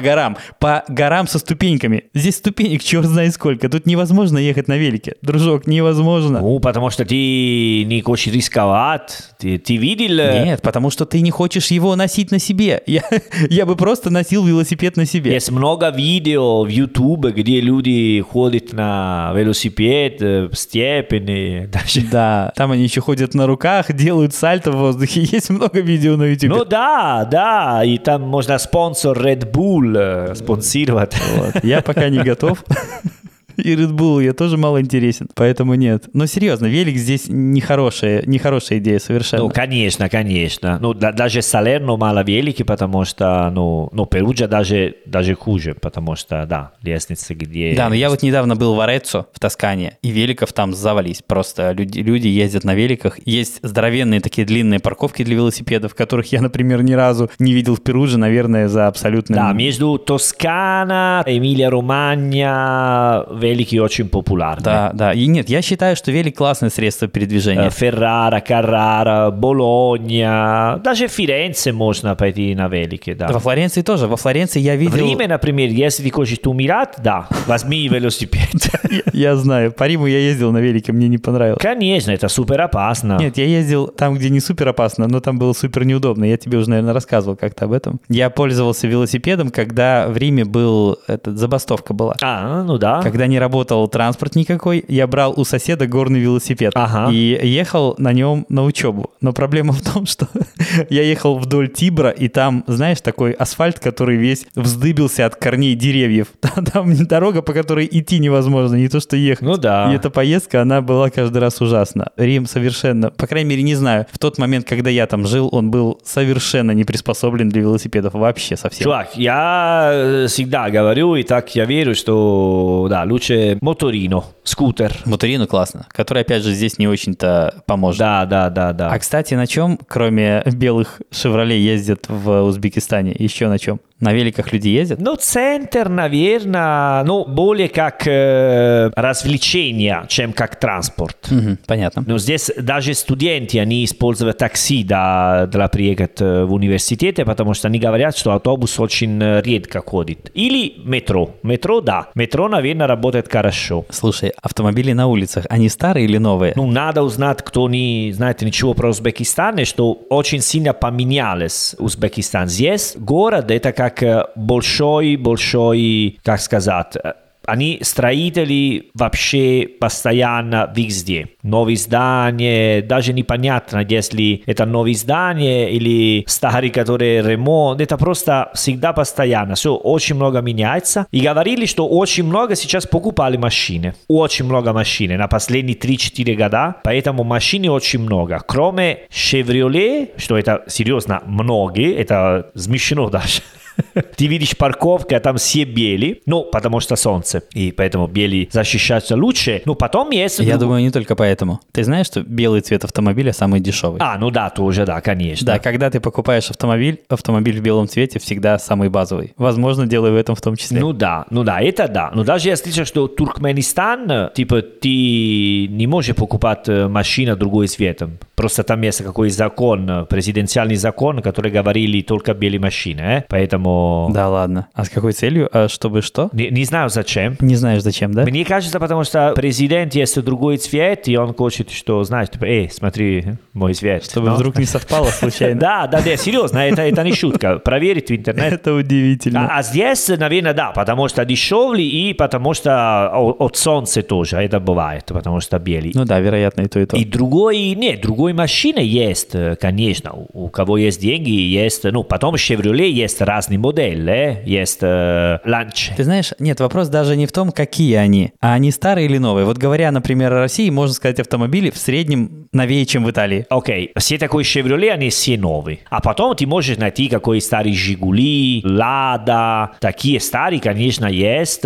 Speaker 1: горам со ступеньками. Здесь ступенек черт знает сколько. Тут невозможно ехать на велике. Дружок, невозможно.
Speaker 2: Потому что ты не хочешь рисковать. Ты видел?
Speaker 1: Нет, потому что ты не хочешь его носить на себе. Я бы просто носил велосипед на себе.
Speaker 2: Есть много видео в YouTube, где люди ходят на велосипед, степени.
Speaker 1: Да, там они еще ходят на руках, делают сальто в воздухе. Есть много видео на YouTube.
Speaker 2: Да. И там можно спонсор Red Bull спонсировать.
Speaker 1: Я пока не готов. И Red Bull я тоже мало интересен, поэтому нет. Но серьезно, велик здесь нехорошая идея совершенно.
Speaker 2: Конечно. Даже Салерно мало велики, потому что, Перуджа даже хуже, потому что, лестницы где...
Speaker 1: Да, но я вот недавно был в Ареццо, в Тоскане, и великов там завались. Просто люди ездят на великах. Есть здоровенные такие длинные парковки для велосипедов, которых я, например, ни разу не видел в Перудже, наверное, за абсолютно...
Speaker 2: Да, между Тоскана, Эмилия-Романья... велики очень популярны.
Speaker 1: Да. И нет, я считаю, что велик классное средство передвижения.
Speaker 2: Феррара, Каррара, Болонья, даже в Ференце можно пойти на велике, да.
Speaker 1: Во Флоренции тоже. Во Флоренции я видел...
Speaker 2: В Риме, например, если ты хочешь умирать, возьми велосипед.
Speaker 1: Я знаю. По Риму я ездил на велике, мне не понравилось.
Speaker 2: Конечно, это супер опасно.
Speaker 1: Нет, я ездил там, где не супер опасно, но там было супер неудобно. Я тебе уже, наверное, рассказывал как-то об этом. Я пользовался велосипедом, когда в Риме забастовка была.
Speaker 2: Да.
Speaker 1: Когда не работал транспорт никакой, я брал у соседа горный велосипед и ехал на нем на учебу. Но проблема в том, что я ехал вдоль Тибра, и там, знаешь, такой асфальт, который весь вздыбился от корней деревьев. Там дорога, по которой идти невозможно, не то что ехать.
Speaker 2: Да.
Speaker 1: И эта поездка, она была каждый раз ужасна. Рим совершенно, по крайней мере, не знаю, в тот момент, когда я там жил, он был совершенно не приспособлен для велосипедов, вообще совсем.
Speaker 2: Чувак, я всегда говорю, и так я верю, что лучше моторино, скутер.
Speaker 1: Моторино классно, который, опять же, здесь не очень-то поможет.
Speaker 2: Да.
Speaker 1: А, кстати, на чем, кроме белых «Шевроле», ездят в Узбекистане? Еще на чем? На великах люди ездят?
Speaker 2: Ну, центр, наверное, ну, более как развлечение, чем как транспорт.
Speaker 1: Понятно.
Speaker 2: Но здесь даже студенты, они используют такси для приехать в университет, потому что они говорят, что автобус очень редко ходит. Или метро. Метро, да. Метро, наверное, работает хорошо.
Speaker 1: Слушай, автомобили на улицах, они старые или новые?
Speaker 2: Ну, надо узнать, кто не знает ничего про Узбекистан, что очень сильно поменялось Узбекистан. Здесь город, это как большой, как сказать, они строители вообще постоянно везде. Новые здания, даже непонятно, если это новые здания или старые, которые ремонт. Это просто всегда постоянно. Все очень много меняется. И говорили, что очень много сейчас покупали машины. Очень много машин на последние 3-4 года. Поэтому машин очень много. Кроме Chevrolet, что это серьезно многие, это смешно даже. Ты видишь парковки, а там все белые, ну, потому что солнце, и поэтому белые защищаются лучше. Ну, потом есть...
Speaker 1: Я думаю, не только поэтому. Ты знаешь, что белый цвет автомобиля самый дешевый?
Speaker 2: Ну да, тоже, да, конечно.
Speaker 1: Да, когда ты покупаешь автомобиль в белом цвете всегда самый базовый. Возможно, дело в этом в том числе.
Speaker 2: Ну да, это да. Но даже я слышал, что Туркменистан, типа, ты не можешь покупать машину другой цветом. Просто там есть какой закон, президенциальный закон, который говорили только белые машины, поэтому...
Speaker 1: Да ладно. А с какой целью? А чтобы что?
Speaker 2: Не знаю зачем.
Speaker 1: Не знаешь зачем, да?
Speaker 2: Мне кажется, потому что президент есть другой цвет, и он хочет, что, знаешь, типа, смотри, мой цвет.
Speaker 1: Чтобы вдруг не совпало случайно.
Speaker 2: Да, серьезно, это не шутка. Проверить в интернете.
Speaker 1: Это удивительно.
Speaker 2: А здесь, наверное, да, потому что дешевле, и потому что от солнца тоже это бывает, потому что белый.
Speaker 1: Ну да, вероятно, и то, и то.
Speaker 2: И другой машины есть, конечно, у кого есть деньги, есть, ну, потом Chevrolet есть разные модели, есть Lancia.
Speaker 1: Ты знаешь, нет, вопрос даже не в том, какие они, а они старые или новые. Вот говоря, например, о России, можно сказать, автомобили в среднем новее, чем в Италии.
Speaker 2: Окей, все такие Chevrolet, они все новые. А потом ты можешь найти какой старый Жигули, Лада. Такие старые, конечно, есть.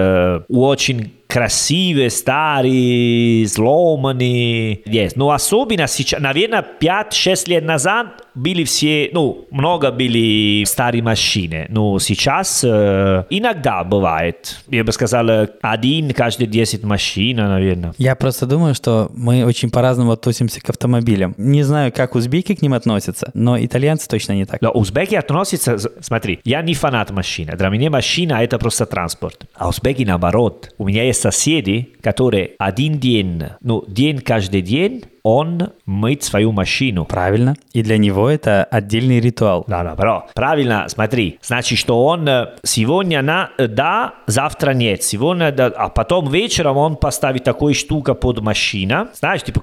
Speaker 2: Очень красивые, старые, сломанные. Есть. Но особенно сейчас, наверное, 5-6 лет назад были все, много были старые машины. Но сейчас иногда бывает. Я бы сказал, 1 каждые 10 машин, наверное.
Speaker 1: Я просто думаю, что мы очень по-разному относимся к автомобилям. Не знаю, как узбеки к ним относятся, но итальянцы точно не так.
Speaker 2: Но узбеки относятся... Смотри, я не фанат машины. Для меня машина — это просто транспорт. А узбеки наоборот. У меня есть соседи, которые один день, день каждый день, он мыть свою машину.
Speaker 1: Правильно. И для него это отдельный ритуал.
Speaker 2: Да, правильно, смотри. Значит, что он сегодня да, завтра нет. Сегодня да, а потом вечером он поставит такую штуку под машину. Знаешь, типа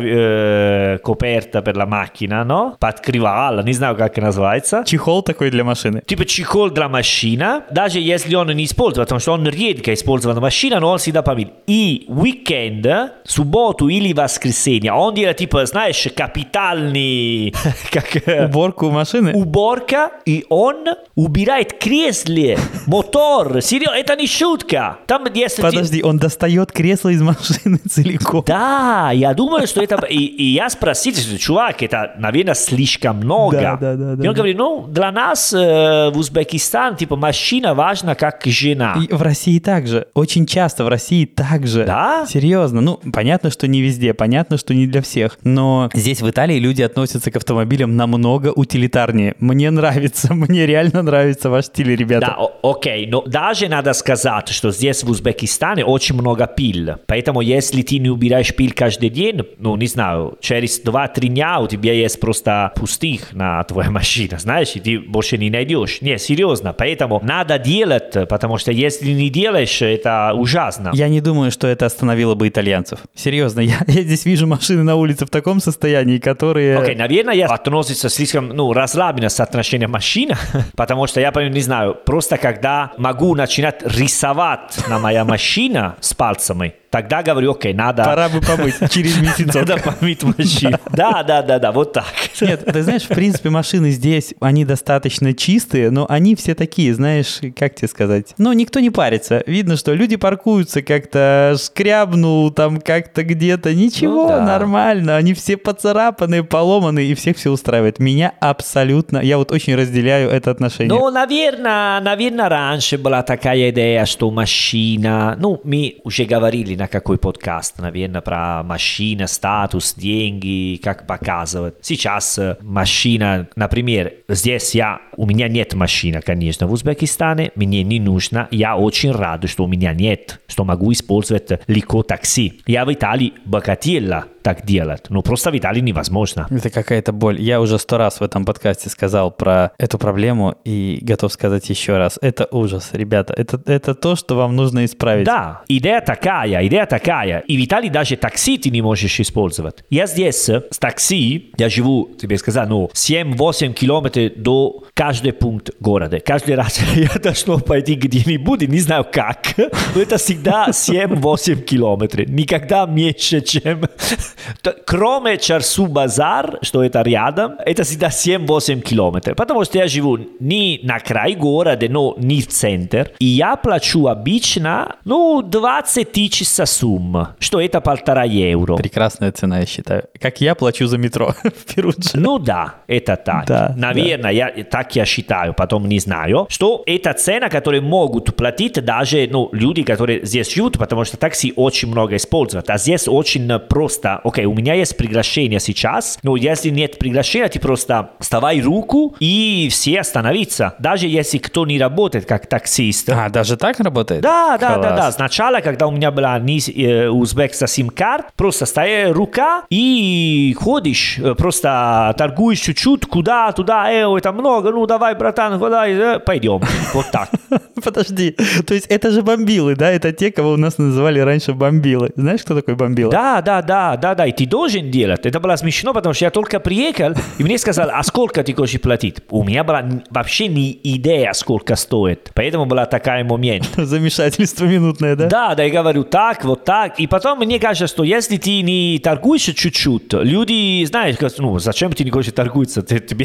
Speaker 2: коперта per la macchina, но? Подкрывало, не знаю, как это называется.
Speaker 1: Чехол такой для машины.
Speaker 2: Типа чехол для машины. Даже если он не использует, потому что он редко использует машину, но он всегда помнит. И уикенд, субботу или воскресенье, он делает, типа, знаешь, капитальный...
Speaker 1: Уборку машины?
Speaker 2: Уборка, и он убирает кресло, мотор. Серьезно, это не шутка. Там, если
Speaker 1: Подожди, он достает кресло из машины целиком.
Speaker 2: Да, я думаю, что это... И я спросил, чувак, это, наверное, слишком много.
Speaker 1: Да.
Speaker 2: И он говорит, для нас в Узбекистане, типа, машина важна, как жена.
Speaker 1: И в России также. Очень часто в России также.
Speaker 2: Да?
Speaker 1: Серьезно. Понятно, что не везде, понятно, что не для всех. Но здесь в Италии люди относятся к автомобилям намного утилитарнее. Мне реально нравится ваш стиль, ребята.
Speaker 2: Да, окей, но даже надо сказать, что здесь в Узбекистане очень много пиль. Поэтому если ты не убираешь пиль каждый день, не знаю, через 2-3 дня у тебя есть просто пустых на твоей машине, знаешь, и ты больше не найдешь. Не, серьезно, поэтому надо делать, потому что если не делаешь, это ужасно.
Speaker 1: Я не думаю, что это остановило бы итальянцев. Серьезно, я здесь вижу машины на улице в таком состоянии, которые...
Speaker 2: Окей, наверное, я относится слишком, расслабленно с отношением машины, потому что я, не знаю, просто когда могу начинать рисовать на моя машина с пальцами, Тогда говорю, окей, надо...
Speaker 1: Пора бы помыть через месяц.
Speaker 2: Надо помыть машину. Да, вот так.
Speaker 1: Нет, ты знаешь, в принципе, машины здесь, они достаточно чистые, но они все такие, знаешь, как тебе сказать? Ну, никто не парится. Видно, что люди паркуются как-то, шкрябнул там как-то где-то. Ничего, нормально. Они все поцарапанные, поломанные, и всех все устраивает. Меня абсолютно... Я вот очень разделяю это отношение.
Speaker 2: Ну, наверное, раньше была такая идея, что машина... Ну, мы уже говорили на какой подкаст, наверное, про машина, статус, деньги, как показывать. Сейчас машина, например, здесь у меня нет машины, конечно, в Узбекистане, мне не нужно. Я очень рад, что у меня нет, что могу использовать легко такси. Я в Италии бы хотела так делать, но просто в Италии невозможно.
Speaker 1: Это какая-то боль. Я уже 100 раз в этом подкасте сказал про эту проблему и готов сказать еще раз. Это ужас, ребята. Это то, что вам нужно исправить.
Speaker 2: Да, идея такая. И в Италии даже такси ты не можешь использовать. Я здесь с такси, я живу, тебе сказал, 7-8 километров до каждого пункта города. Каждый раз я должен пойти где-нибудь, не знаю как, но это всегда 7-8 километров. Никогда меньше, чем... Кроме Чарсу базар, что это рядом, это всегда 7-8 километров. Потому что я живу не на край города, но не в центр. И я плачу обычно, 20 тысяч сумм, что это 1,5 евро.
Speaker 1: Прекрасная цена, я считаю. Как я плачу за метро в Перудже.
Speaker 2: Да, это так.
Speaker 1: Да,
Speaker 2: наверное, так я считаю, потом не знаю, что это цена, которую могут платить даже люди, которые здесь живут, потому что такси очень много используют. А здесь очень просто, окей, у меня есть приглашение сейчас, но если нет приглашения, ты просто вставай руку и все остановятся. Даже если кто не работает как таксист.
Speaker 1: А, даже так работает?
Speaker 2: Да. Сначала, когда у меня была узбекская сим-карта, просто стоит рука и ходишь, просто торгуешь чуть-чуть, куда, туда, это много, давай, братан, пойдем. Вот так.
Speaker 1: Подожди, то есть это же бомбилы, да? Это те, кого у нас называли раньше бомбилы. Знаешь, кто такой бомбила?
Speaker 2: Да, и ты должен делать. Это было смешно, потому что я только приехал, и мне сказали, а сколько ты хочешь платить? У меня была вообще не идея, сколько стоит. Поэтому была такая момент.
Speaker 1: Замешательство минутное, да?
Speaker 2: Да, я говорю так, вот так. И потом мне кажется, что если ты не торгуешь чуть-чуть, люди, знаешь, зачем ты не хочешь торгуться? Тебе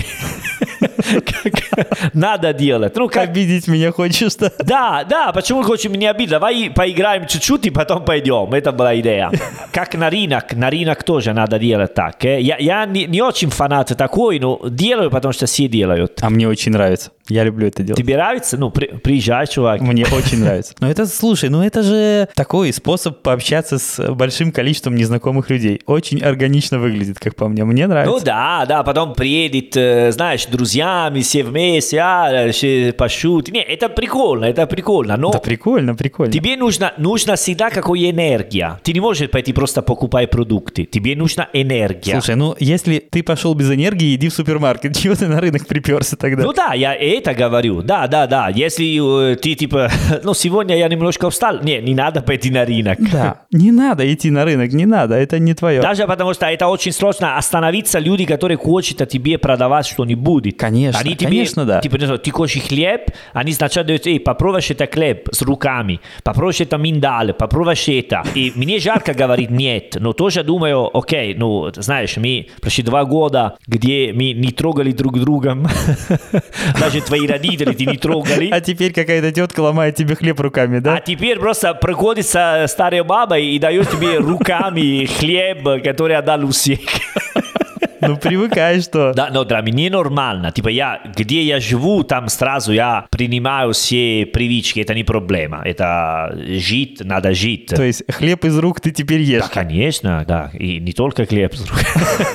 Speaker 2: надо делать.
Speaker 1: Обидеть меня хочешь, да?
Speaker 2: Да, почему хочешь меня обидеть? Давай поиграем чуть-чуть и потом пойдем. Это была идея. Как на рынок тоже надо делать так. Я не очень фанат такой, но делаю, потому что все делают.
Speaker 1: А мне очень нравится. Я люблю это делать.
Speaker 2: Тебе нравится? Приезжай, чувак.
Speaker 1: Мне очень нравится. Но это, слушай, это же такой способ пообщаться с большим количеством незнакомых людей. Очень органично выглядит, как по мне. Мне нравится.
Speaker 2: Да, потом приедет, знаешь, друзьями, все вместе, пошутить. Нет, это прикольно. Но
Speaker 1: да, прикольно.
Speaker 2: Тебе нужна всегда какая энергия. Ты не можешь пойти просто покупать продукты. Тебе нужна энергия.
Speaker 1: Слушай, если ты пошел без энергии, иди в супермаркет. Чего ты на рынок приперся тогда?
Speaker 2: Да, я это говорю. Да. Если ты сегодня я немножко устал, не надо пойти на рынок.
Speaker 1: Да, не надо идти на рынок, не надо, это не твое.
Speaker 2: Даже потому что это очень сложно остановиться люди, которые хотят тебе продавать что-нибудь.
Speaker 1: Конечно, да.
Speaker 2: Ты хочешь хлеб, они сначала дают, попробуешь это хлеб с руками, попробуешь это миндаль, попробуешь это. И мне жарко говорить нет, но тоже думаю, окей, знаешь, мы прошли 2 года, где мы не трогали друг друга. Даже твои родители ты не трогали.
Speaker 1: А теперь какая-то тетка ломает тебе хлеб руками, да?
Speaker 2: А теперь просто проходит старая баба и дает тебе руками хлеб, который отдал у всех.
Speaker 1: Привыкай, что?
Speaker 2: Да, но для меня нормально. Где я живу, там сразу я принимаю все привычки. Это не проблема. Это надо жить.
Speaker 1: То есть хлеб из рук ты теперь ешь?
Speaker 2: Да, конечно, да. И не только хлеб из рук.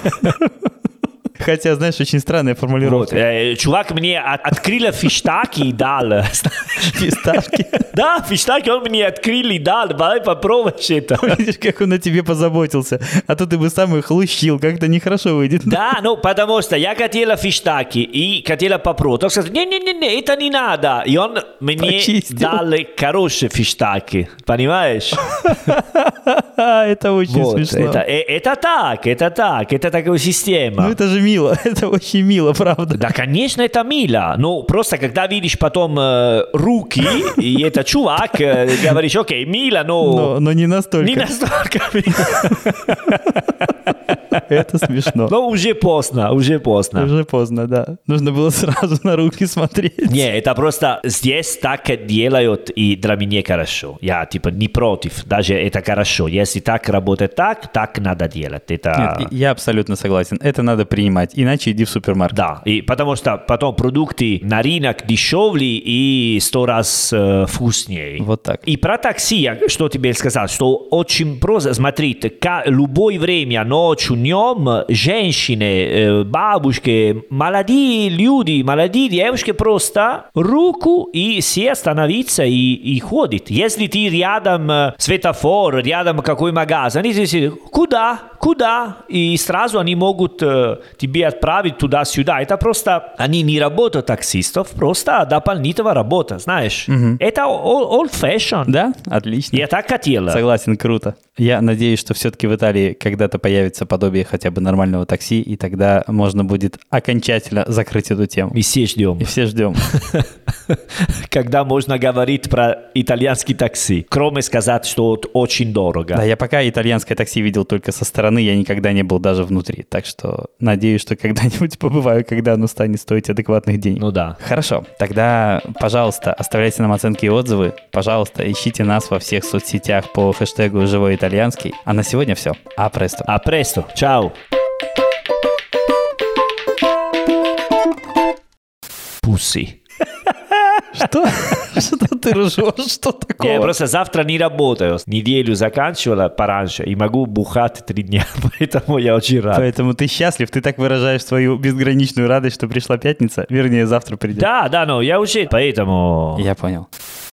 Speaker 1: Хотя, знаешь, очень странная формулировка.
Speaker 2: Чувак мне открыл фиштаки и дал.
Speaker 1: Фисташки?
Speaker 2: Да, фиштаки он мне открыл и дал. Давай попробуешь это.
Speaker 1: Видишь, как он о тебе позаботился. А то ты бы сам их лущил. Как-то нехорошо выйдет.
Speaker 2: Да, потому что я хотела фиштаки и хотела попробовать. Он сказал, не, это не надо. И он мне дал хорошие фиштаки. Понимаешь?
Speaker 1: Это очень смешно.
Speaker 2: Это так. Это такая система.
Speaker 1: Это же мило. мило, это очень мило, правда.
Speaker 2: Да, конечно, это мило, но просто когда видишь потом руки, и это чувак, говоришь, окей, мило,
Speaker 1: но не настолько.
Speaker 2: Не настолько мило.
Speaker 1: Это смешно.
Speaker 2: Но уже поздно.
Speaker 1: Уже поздно, да. Нужно было сразу на руки смотреть.
Speaker 2: Не, это просто здесь так делают, и для меня хорошо. Я типа не против, даже это хорошо. Если так работает так надо делать. Это...
Speaker 1: Нет, я абсолютно согласен. Это надо принимать, иначе иди в супермаркет.
Speaker 2: Да, и потому что потом продукты на рынок дешевле и 100 раз вкуснее.
Speaker 1: Вот так.
Speaker 2: И про такси, я что тебе сказал, что очень просто, смотрите, любое время, ночью, днем, женщины, бабушки, молодые люди, молодые девушки просто руку и все становятся и ходят. Если ты рядом светофор, рядом какой магазин, они говорят, куда? И сразу они могут тебе отправить туда-сюда. Это просто, они не работают таксистов, просто дополнительная работа, знаешь. Это old fashion.
Speaker 1: Да? Отлично.
Speaker 2: Я так хотела.
Speaker 1: Согласен, круто. Я надеюсь, что все-таки в Италии когда-то появится подобие хотя бы нормального такси, и тогда можно будет окончательно закрыть эту тему.
Speaker 2: И все ждем. Когда можно говорить про итальянский такси, кроме сказать, что очень дорого.
Speaker 1: Да, я пока итальянское такси видел только со стороны, я никогда не был даже внутри. Так что надеюсь, что когда-нибудь побываю, когда оно станет стоить адекватных денег.
Speaker 2: Ну да.
Speaker 1: Хорошо. Тогда, пожалуйста, оставляйте нам оценки и отзывы. Пожалуйста, ищите нас во всех соцсетях по хэштегу «Живой итальянский». А на сегодня все. А престо.
Speaker 2: А престо. Чао. Пусси.
Speaker 1: Что? Что ты ржешь? Что такое?
Speaker 2: Я просто завтра не работаю. Неделю заканчивала пораньше и могу бухать 3 дня. Поэтому я очень рад.
Speaker 1: Поэтому ты счастлив? Ты так выражаешь свою безграничную радость, что пришла пятница? Вернее, завтра придет.
Speaker 2: Да, но я уже... Поэтому...
Speaker 1: Я понял.